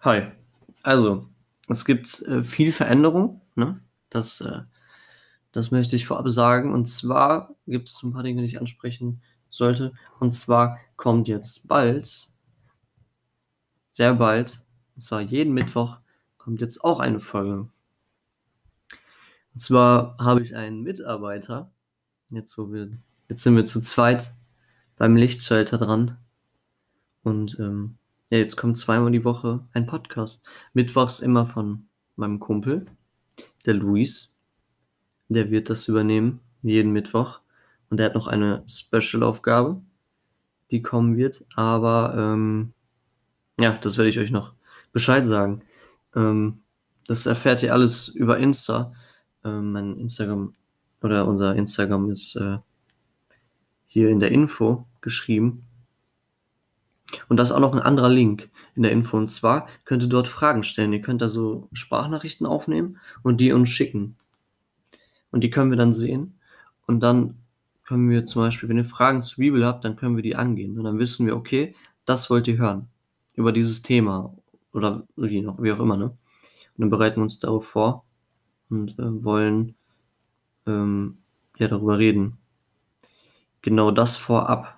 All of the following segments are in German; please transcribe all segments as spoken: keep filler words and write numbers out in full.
Hi. Also, es gibt, äh, viel Veränderung, ne? Das, äh das möchte ich vorab sagen. Und zwar gibt es so 'n paar Dinge, die ich ansprechen sollte. Und zwar kommt jetzt bald sehr bald, und zwar jeden Mittwoch kommt jetzt auch eine Folge. Und zwar habe ich einen Mitarbeiter, jetzt wo wir jetzt sind wir zu zweit beim Lichtschalter dran und, ähm, ja, jetzt kommt zweimal die Woche ein Podcast. Mittwochs immer von meinem Kumpel, der Luis. Der wird das übernehmen, jeden Mittwoch. Und der hat noch eine Special-Aufgabe, die kommen wird. Aber, ähm, ja, das werde ich euch noch Bescheid sagen. Ähm, das erfährt ihr alles über Insta. Ähm, mein Instagram oder unser Instagram ist, äh, hier in der Info geschrieben. Und da ist auch noch 'n anderer Link in der Info. Und zwar könnt ihr dort Fragen stellen. Ihr könnt da so Sprachnachrichten aufnehmen und die uns schicken. Und die können wir dann sehen. Und dann können wir zum Beispiel, wenn ihr Fragen zur Bibel habt, dann können wir die angehen. Und dann wissen wir: „Okay, das wollt ihr hören über dieses Thema“, oder wie noch wie auch immer, ne? Und dann bereiten wir uns darauf vor und, äh, wollen, ähm, ja, darüber reden. Genau, das vorab.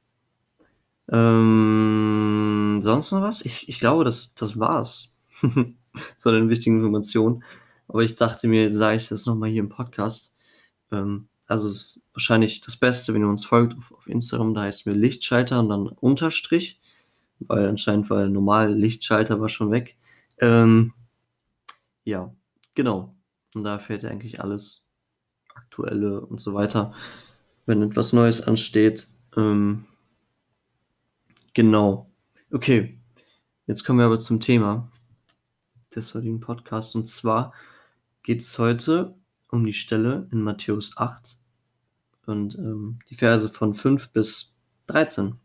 Ähm, sonst noch was? Ich ich glaube, das das war's. So an den wichtigen Informationen. Aber ich dachte mir, sage ich das noch mal hier im Podcast. Ähm, also, es ist wahrscheinlich das Beste, wenn ihr uns folgt auf auf Instagram, da heißen wir Lichtschalter und dann Unterstrich, weil anscheinend war normal Lichtschalter war schon weg. Ähm, ja, genau. Und da erfährt ihr eigentlich alles Aktuelle und so weiter, wenn etwas Neues ansteht. Ähm, genau. Okay, jetzt kommen wir aber zum Thema des heutigen Podcasts. Und zwar geht es heute um die Stelle in Matthäus acht und, ähm, die Verse von fünf bis dreizehn.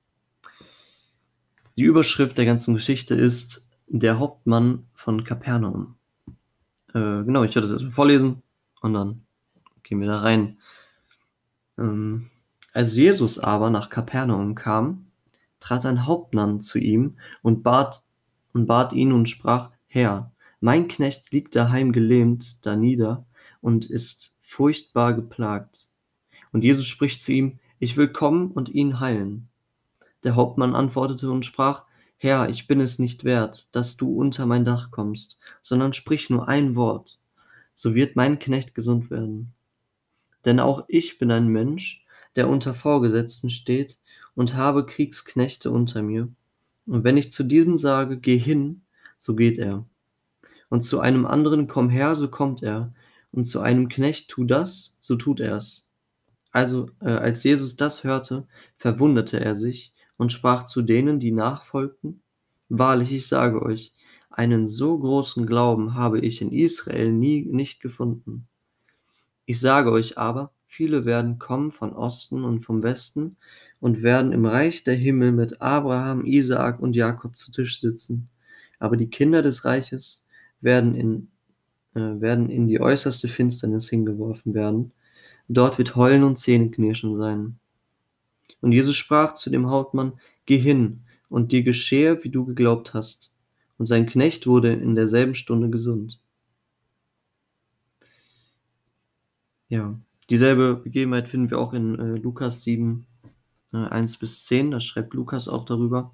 Die Überschrift der ganzen Geschichte ist „Der Hauptmann von Kapernaum“. Äh, genau, ich werde das erst mal vorlesen und dann gehen wir da rein. Ähm, als Jesus aber nach Kapernaum kam, trat ein Hauptmann zu ihm und bat und bat ihn und sprach: „Herr, mein Knecht liegt daheim gelähmt danieder und ist furchtbar geplagt.“ Und Jesus spricht zu ihm: „Ich will kommen und ihn heilen.“ Der Hauptmann antwortete und sprach: „Herr, ich bin es nicht wert, dass du unter mein Dach kommst, sondern sprich nur ein Wort, so wird mein Knecht gesund werden. Denn auch ich bin ein Mensch, der unter Vorgesetzten steht und habe Kriegsknechte unter mir. Und wenn ich zu diesem sage: Geh hin, so geht er. Und zu einem anderen: Komm her, so kommt er. Und zu einem Knecht: Tu das, so tut er's. Also, äh, als Jesus das hörte, verwunderte er sich und sprach zu denen, die nachfolgten: Wahrlich, ich sage euch, einen so großen Glauben habe ich in Israel nie nicht gefunden. Ich sage euch aber, viele werden kommen von Osten und vom Westen und werden im Reich der Himmel mit Abraham, Isaak und Jakob zu Tisch sitzen. Aber die Kinder des Reiches werden in äh, werden in die äußerste Finsternis hingeworfen werden. Dort wird Heulen und Zähneknirschen sein. Und Jesus sprach zu dem Hauptmann: Geh hin, und dir geschehe, wie du geglaubt hast. Und sein Knecht wurde in derselben Stunde gesund. Ja, dieselbe Begebenheit finden wir auch in, äh, Lukas sieben, äh, eins bis zehn, da schreibt Lukas auch darüber.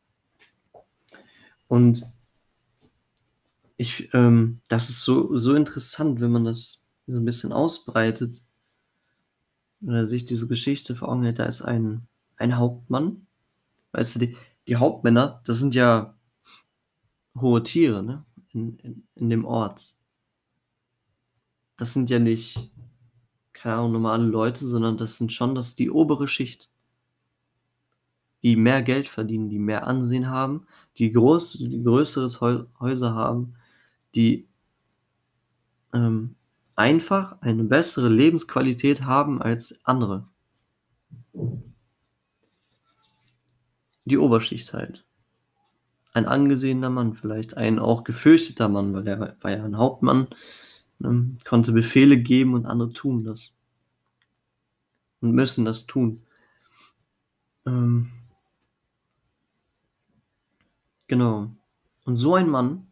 Und ich ähm, das ist so so interessant, wenn man das so 'n bisschen ausbreitet oder sich diese Geschichte vor Augen hält. Da ist ein ein Hauptmann, weißt du, die die Hauptmänner, das sind ja hohe Tiere, ne, in in in dem Ort. Das sind ja nicht, keine Ahnung, normale Leute, sondern das sind schon das ist die obere Schicht, die mehr Geld verdienen, die mehr Ansehen haben, die groß die größeres Häu Häuser haben, die, ähm, einfach eine bessere Lebensqualität haben als andere. Die Oberschicht halt. Ein angesehener Mann, vielleicht ein auch gefürchteter Mann, weil er war ja 'n Hauptmann, ne, konnte Befehle geben und andere tun das und müssen das tun. Ähm, genau. Und so ein Mann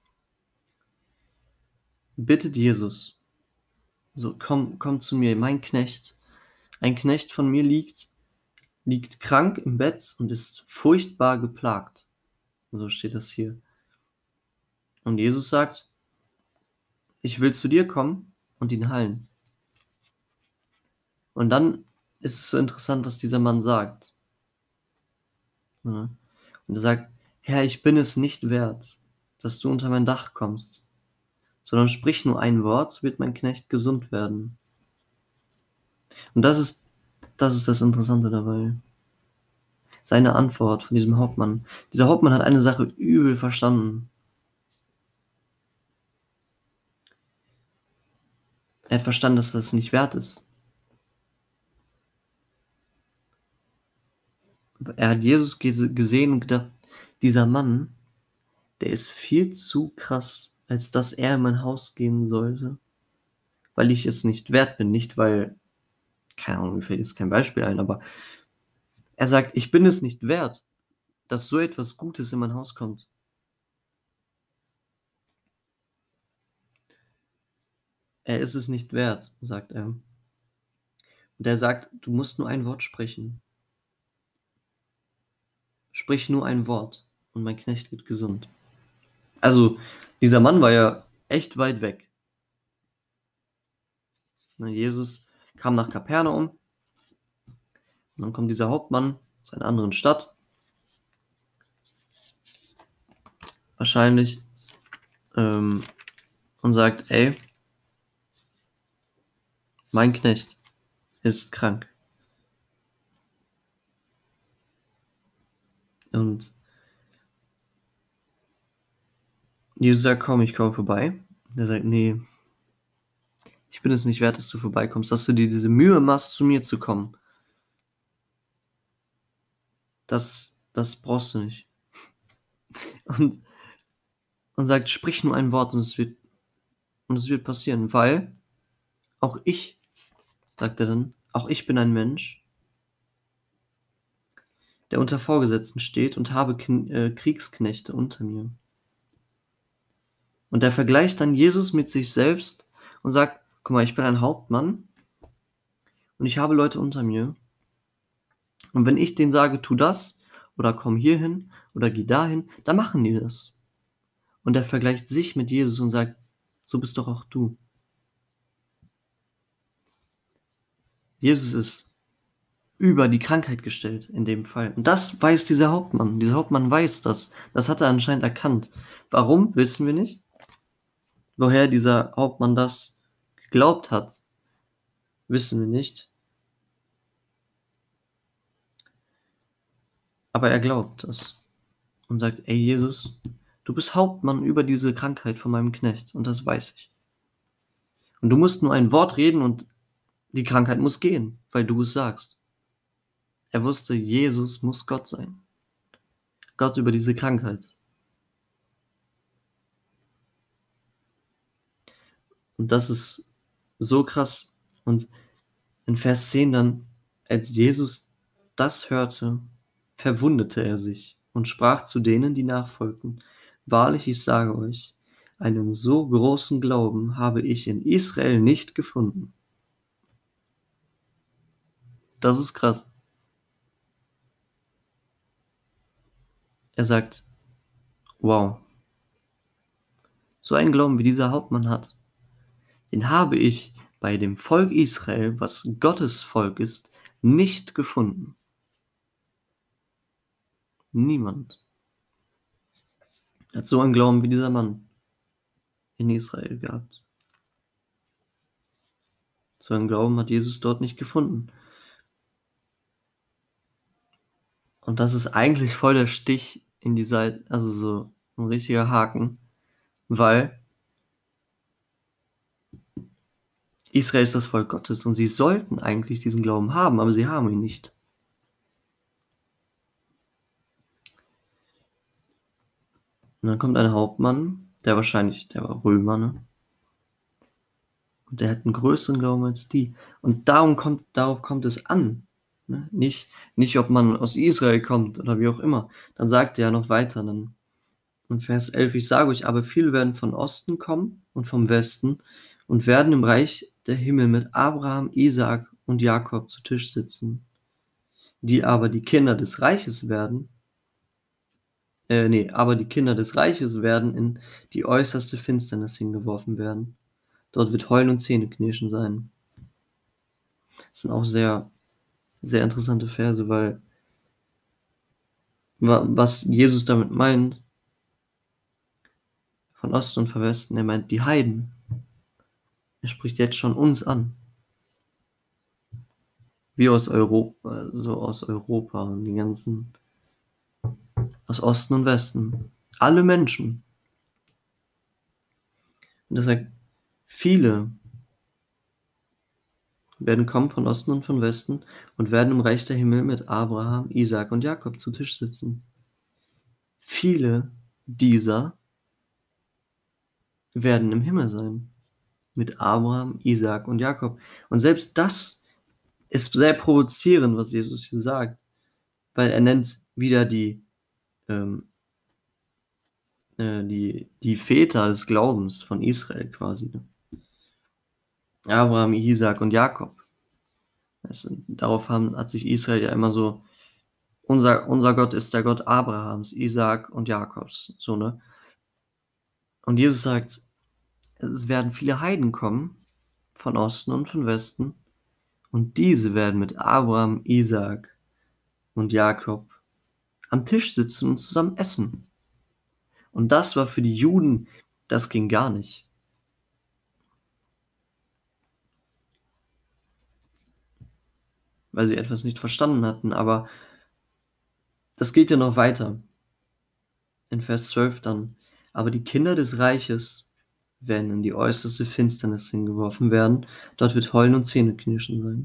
bittet Jesus, so: „Komm komm zu mir, mein Knecht ein Knecht von mir liegt liegt krank im Bett und ist furchtbar geplagt.“ So steht das hier. Und Jesus sagt: „Ich will zu dir kommen und ihn heilen.“ Und dann ist es so interessant, was dieser Mann sagt, ne? Und er sagt: „Herr, ich bin es nicht wert, dass du unter mein Dach kommst, sondern sprich nur ein Wort, so wird mein Knecht gesund werden.“ Und das ist das ist das Interessante dabei. Seine Antwort von diesem Hauptmann. Dieser Hauptmann hat eine Sache übel verstanden. Er hat verstanden, dass das nicht wert ist. Er hat Jesus gese gesehen und gedacht: „Dieser Mann, der ist viel zu krass, als dass er in mein Haus gehen sollte, weil ich es nicht wert bin.“ Nicht, weil keine Ahnung, mir fällt jetzt kein Beispiel ein, aber er sagt: „Ich bin es nicht wert, dass so etwas Gutes in mein Haus kommt.“ Er ist es nicht wert, sagt er. Und er sagt: „Du musst nur ein Wort sprechen. Sprich nur ein Wort und mein Knecht wird gesund.“ Also, dieser Mann war ja echt weit weg. Ne, Jesus kam nach Kapernaum und dann kommt dieser Hauptmann aus einer anderen Stadt wahrscheinlich, ähm, und sagt: „Ey“ „mein Knecht ist krank.“ Und Jesus sagt: „Komm, ich komme vorbei.“ Er sagt: „Ne, ich bin es nicht wert, dass du vorbeikommst, dass du dir diese Mühe machst, zu mir zu kommen. Das das brauchst du nicht.“ Und und sagt: „Sprich nur ein Wort und es wird und es wird passieren, weil auch ich“, sagt er dann, „auch ich bin ein Mensch, der unter Vorgesetzten steht und habe Kn äh, Kriegsknechte unter mir.“ Und er vergleicht dann Jesus mit sich selbst und sagt: „Guck mal, ich bin ein Hauptmann und ich habe Leute unter mir. Und wenn ich denen sage: „Tu das“ oder „Komm hierhin“ oder „Geh dahin“, dann machen die das. Und er vergleicht sich mit Jesus und sagt: „So bist doch auch du.“ Jesus ist über die Krankheit gestellt in dem Fall. Und das weiß dieser Hauptmann. Dieser Hauptmann weiß das. Das hat er anscheinend erkannt. Warum, wissen wir nicht. Woher dieser Hauptmann das geglaubt hat, wissen wir nicht. Aber er glaubt es und sagt: „Ey Jesus, du bist Hauptmann über diese Krankheit von meinem Knecht und das weiß ich. Und du musst nur ein Wort reden und die Krankheit muss gehen, weil du es sagst.“ Er wusste, Jesus muss Gott sein. Gott über diese Krankheit. Und das ist so krass. Und in Vers zehn dann: „Als Jesus das hörte, verwunderte er sich und sprach zu denen, die nachfolgten: Wahrlich, ich sage euch, einen so großen Glauben habe ich in Israel nicht gefunden.“ Das ist krass. Er sagt: „Wow, so einen Glauben wie dieser Hauptmann hat, den habe ich bei dem Volk Israel, was Gottes Volk ist, nicht gefunden.“ Niemand hat so einen Glauben wie dieser Mann in Israel gehabt. So einen Glauben hat Jesus dort nicht gefunden. Und das ist eigentlich voll der Stich in die Seite, also so 'n richtiger Haken, weil Israel ist das Volk Gottes und sie sollten eigentlich diesen Glauben haben, aber sie haben ihn nicht. Und dann kommt ein Hauptmann, der wahrscheinlich der war Römer, ne? Und der hat 'n größeren Glauben als die. Und darum kommt darauf kommt es an, ne? Nicht nicht, ob man aus Israel kommt oder wie auch immer. Dann sagt er ja noch weiter, dann Und Vers elf: „Ich sage euch aber, viele werden von Osten kommen und vom Westen und werden im Reich der Himmel mit Abraham, Isaak und Jakob zu Tisch sitzen. Die aber die Kinder des Reiches werden äh, ne, aber die Kinder des Reiches werden in die äußerste Finsternis hingeworfen werden. Dort wird Heulen und Zähneknirschen sein.“ Das sind auch sehr, sehr interessante Verse, weil wa was Jesus damit meint von Osten und von Westen, er meint die Heiden. Er spricht jetzt schon uns an. Wir aus Europa, so aus Europa und die ganzen aus Osten und Westen. Alle Menschen. Und er sagt, viele werden kommen von Osten und von Westen und werden im Reich der Himmel mit Abraham, Isaak und Jakob zu Tisch sitzen. Viele dieser werden im Himmel sein. Mit Abraham, Isaak und Jakob. Und selbst das ist sehr provozierend, was Jesus hier sagt, weil er nennt wieder die, ähm, äh, die, die Väter des Glaubens von Israel quasi. Ne? Abraham, Isaak und Jakob. Also, darauf haben, hat sich Israel ja immer so, unser, unser Gott ist der Gott Abrahams, Isaak und Jakobs. So, ne? Und Jesus sagt, es werden viele Heiden kommen, von Osten und von Westen, und diese werden mit Abraham, Isaak und Jakob am Tisch sitzen und zusammen essen. Und das war für die Juden, das ging gar nicht. Weil sie etwas nicht verstanden hatten, aber das geht ja noch weiter. In Vers zwölf dann: „Aber die Kinder des Reiches werden in die äußerste Finsternis hingeworfen werden. Dort wird Heulen und Zähneknirschen sein.“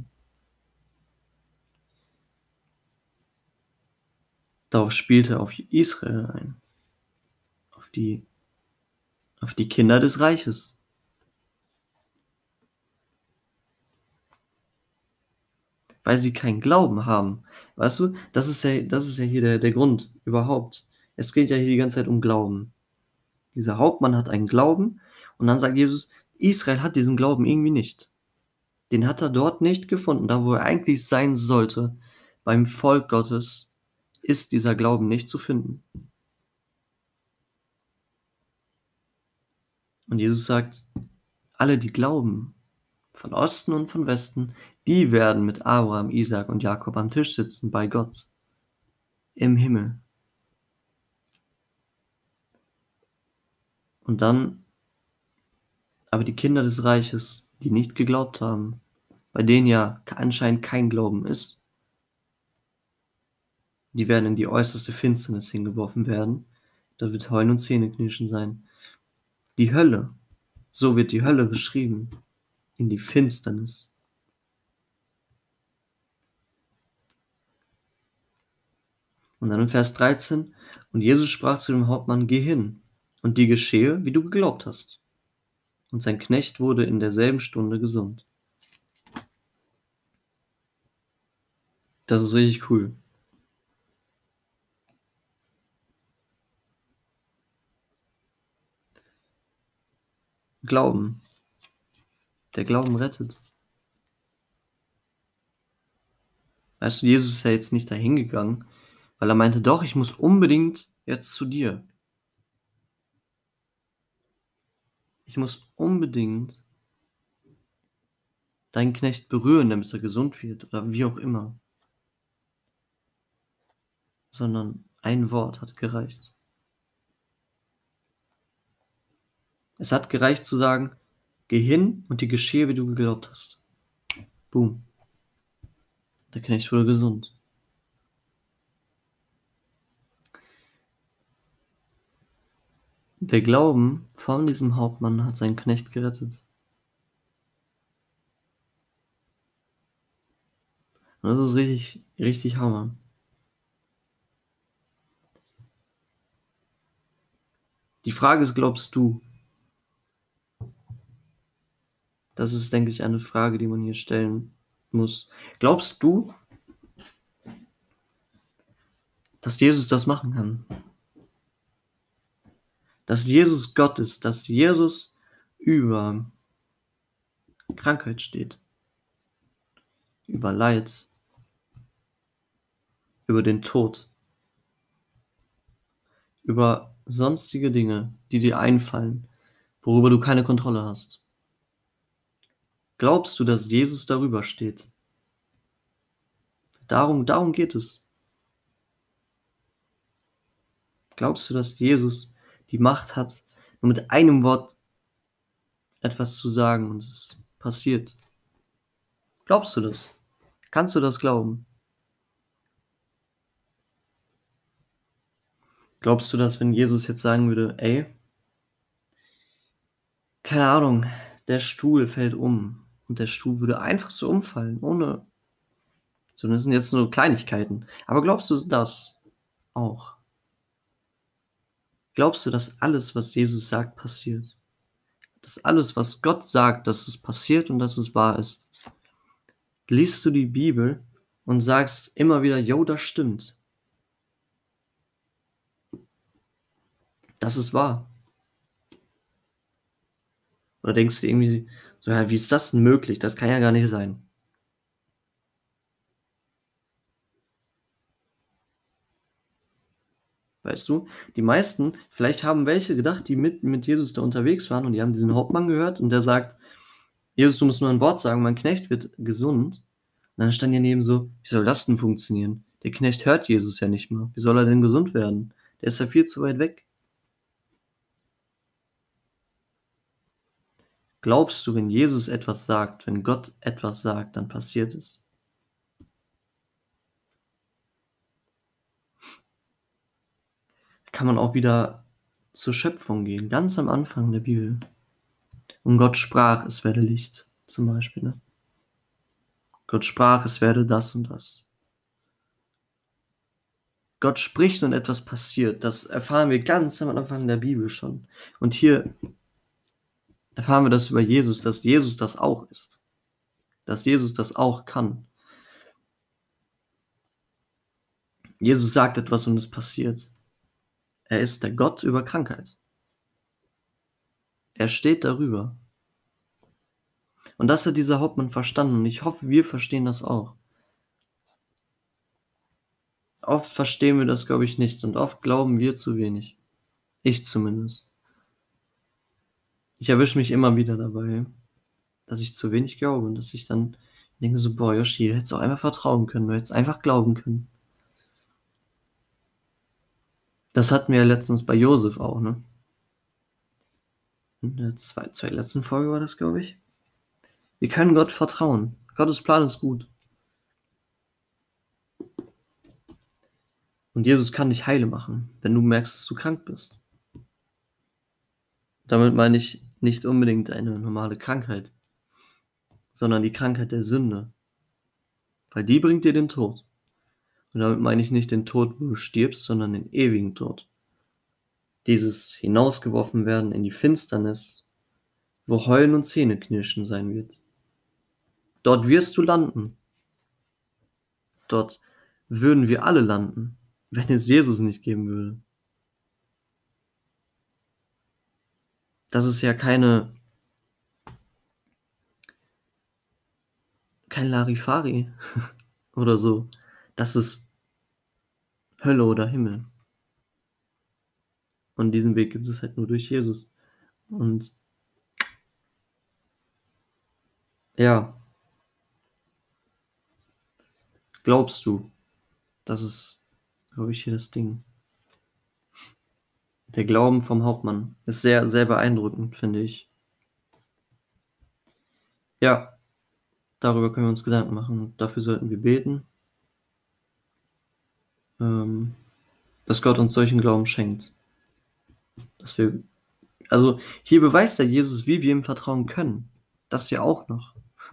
Darauf spielt er auf Israel ein, auf die auf die Kinder des Reiches. Weil sie keinen Glauben haben. Weißt du, das ist ja das ist ja hier der der Grund überhaupt. Es geht ja hier die ganze Zeit um Glauben. Dieser Hauptmann hat einen Glauben und dann sagt Jesus, Israel hat diesen Glauben irgendwie nicht. Den hat er dort nicht gefunden, da wo er eigentlich sein sollte. Beim Volk Gottes ist dieser Glauben nicht zu finden. Und Jesus sagt, alle, die glauben, von Osten und von Westen, die werden mit Abraham, Isaak und Jakob am Tisch sitzen bei Gott im Himmel. Und dann aber die Kinder des Reiches, die nicht geglaubt haben, bei denen ja anscheinend kein Glauben ist, die werden in die äußerste Finsternis hingeworfen werden. Da wird Heulen und Zähneknirschen sein. Die Hölle, so wird die Hölle beschrieben, in die Finsternis. Und dann in Vers dreizehn: „Und Jesus sprach zu dem Hauptmann: Geh hin, und dir geschehe, wie du geglaubt hast. Und sein Knecht wurde in derselben Stunde gesund.“ Das ist richtig cool. Glauben. Der Glauben rettet. Weißt du, Jesus ist ja jetzt nicht dahin gegangen, weil er meinte: „Doch, ich muss unbedingt jetzt zu dir. Ich muss unbedingt deinen Knecht berühren, damit er gesund wird“, oder wie auch immer. Sondern ein Wort hat gereicht. Es hat gereicht zu sagen: „Geh hin und dir geschehe, wie du geglaubt hast.“ Boom. Der Knecht wurde gesund. Der Glauben von diesem Hauptmann hat seinen Knecht gerettet. Und das ist richtig, richtig Hammer. Die Frage ist, glaubst du? Das ist, denke ich, eine Frage, die man hier stellen muss. Glaubst du, dass Jesus das machen kann? dass Jesus Gott ist, dass Jesus über Krankheit steht, über Leid, über den Tod, über sonstige Dinge, die dir einfallen, worüber du keine Kontrolle hast. Glaubst du, dass Jesus darüber steht? Darum, darum geht es. Glaubst du, dass Jesus die Macht hat, nur mit einem Wort etwas zu sagen und es passiert? Glaubst du das? Kannst du das glauben? Glaubst du, dass wenn Jesus jetzt sagen würde, ey, keine Ahnung, der Stuhl fällt um und der Stuhl würde einfach so umfallen, ohne, so, das sind jetzt nur Kleinigkeiten. Aber glaubst du das auch? Glaubst du, dass alles, was Jesus sagt, passiert? Dass alles, was Gott sagt, dass es passiert und dass es wahr ist? Liest du die Bibel und sagst immer wieder, jo, das stimmt. Das ist wahr. Oder denkst du irgendwie so, ja, wie ist das denn möglich? Das kann ja gar nicht sein. Weißt du? Die meisten, vielleicht haben welche gedacht, die mit, mit Jesus da unterwegs waren und die haben diesen Hauptmann gehört und der sagt, Jesus, du musst nur ein Wort sagen, mein Knecht wird gesund. Und dann stand daneben so, wie soll das denn funktionieren? Der Knecht hört Jesus ja nicht mal. Wie soll er denn gesund werden? Der ist ja viel zu weit weg. Glaubst du, wenn Jesus etwas sagt, wenn Gott etwas sagt, dann passiert es? Kann man auch wieder zur Schöpfung gehen, ganz am Anfang der Bibel. Und Gott sprach, es werde Licht, zum Beispiel. Ne? Gott sprach, es werde das und das. Gott spricht und etwas passiert. Das erfahren wir ganz am Anfang der Bibel schon. Und hier erfahren wir das über Jesus, dass Jesus das auch ist. Dass Jesus das auch kann. Jesus sagt etwas und es passiert. Er ist der Gott über Krankheit. Er steht darüber. Und das hat dieser Hauptmann verstanden. Und ich hoffe, wir verstehen das auch. Oft verstehen wir das, glaube ich, nicht. Und oft glauben wir zu wenig. Ich zumindest. Ich erwische mich immer wieder dabei, dass ich zu wenig glaube und dass ich dann denke so, boah, Yoshi, du hättest auch einfach vertrauen können, du hättest einfach glauben können. Das hatten wir ja letztens bei Josef auch, ne? In der zwei, zwei letzten Folge war das, glaube ich. Wir können Gott vertrauen. Gottes Plan ist gut. Und Jesus kann dich heile machen, wenn du merkst, dass du krank bist. Damit meine ich nicht unbedingt eine normale Krankheit, sondern die Krankheit der Sünde. Weil die bringt dir den Tod. Und damit meine ich nicht den Tod, wo du stirbst, sondern den ewigen Tod. Dieses hinausgeworfen werden in die Finsternis, wo Heulen und Zähneknirschen sein wird. Dort wirst du landen. Dort würden wir alle landen, wenn es Jesus nicht geben würde. Das ist ja keine, kein Larifari oder so. Das ist Hölle oder Himmel. Und diesen Weg gibt es halt nur durch Jesus. Und ja, glaubst du, das ist, glaube ich, hier das Ding. Der Glauben vom Hauptmann ist sehr, sehr beeindruckend, finde ich. Ja, darüber können wir uns Gedanken machen. Dafür sollten wir beten, ähm, dass Gott uns solchen Glauben schenkt. Dass wir, also hier beweist er Jesus, wie wir ihm vertrauen können. Das ja auch noch.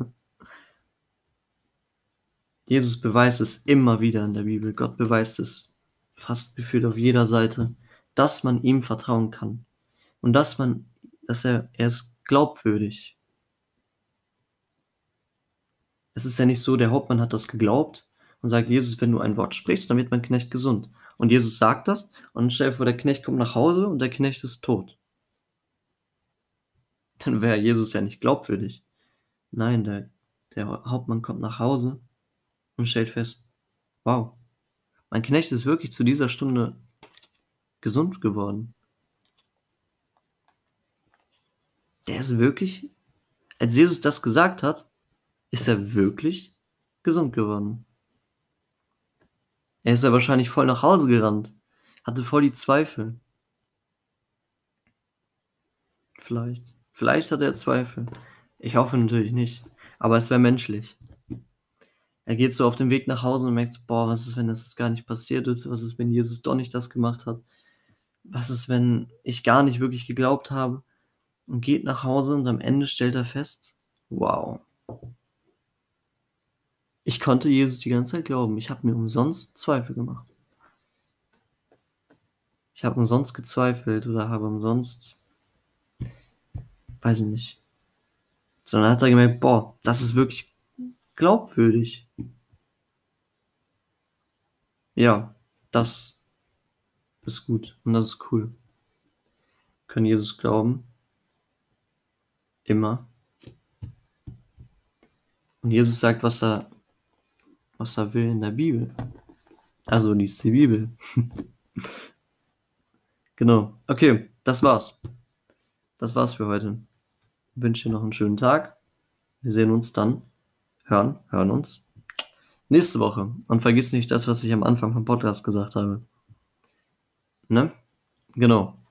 Jesus beweist es immer wieder in der Bibel. Gott beweist es fast gefühlt auf jeder Seite, dass man ihm vertrauen kann. Und dass man, dass er, er ist glaubwürdig. Es ist ja nicht so, der Hauptmann hat das geglaubt und sagt, Jesus, wenn du ein Wort sprichst, dann wird mein Knecht gesund. Und Jesus sagt das und stell dir vor, der Knecht kommt nach Hause und der Knecht ist tot. Dann wäre Jesus ja nicht glaubwürdig. Nein, der der Hauptmann kommt nach Hause und stellt fest: „Wow, mein Knecht ist wirklich zu dieser Stunde gesund geworden.“ Der ist wirklich als Jesus das gesagt hat, ist er wirklich gesund geworden. Er ist ja wahrscheinlich voll nach Hause gerannt, hatte voll die Zweifel. Vielleicht. Vielleicht hat er Zweifel. Ich hoffe natürlich nicht, aber es wäre menschlich. Er geht so auf dem Weg nach Hause und merkt so: „Boah, was ist, wenn das jetzt gar nicht passiert ist? Was ist, wenn Jesus doch nicht das gemacht hat? Was ist, wenn ich gar nicht wirklich geglaubt habe?“ Und geht nach Hause und am Ende stellt er fest: „Wow, ich konnte Jesus die ganze Zeit glauben. Ich habe mir umsonst Zweifel gemacht. Ich habe umsonst gezweifelt oder habe umsonst weiß ich nicht.“ Sondern hat er gemerkt: „Boah, das ist wirklich glaubwürdig.“ Ja, das ist gut und das ist cool. Können Jesus glauben. Immer. Und Jesus sagt, was er was er will in der Bibel. Also liest die Bibel. Genau. Okay, das war's. Das war's für heute. Wünsche dir noch 'n schönen Tag. Wir sehen uns dann hören hören uns nächste Woche. Und vergiss nicht das, was ich am Anfang vom Podcast gesagt habe. Ne? Genau.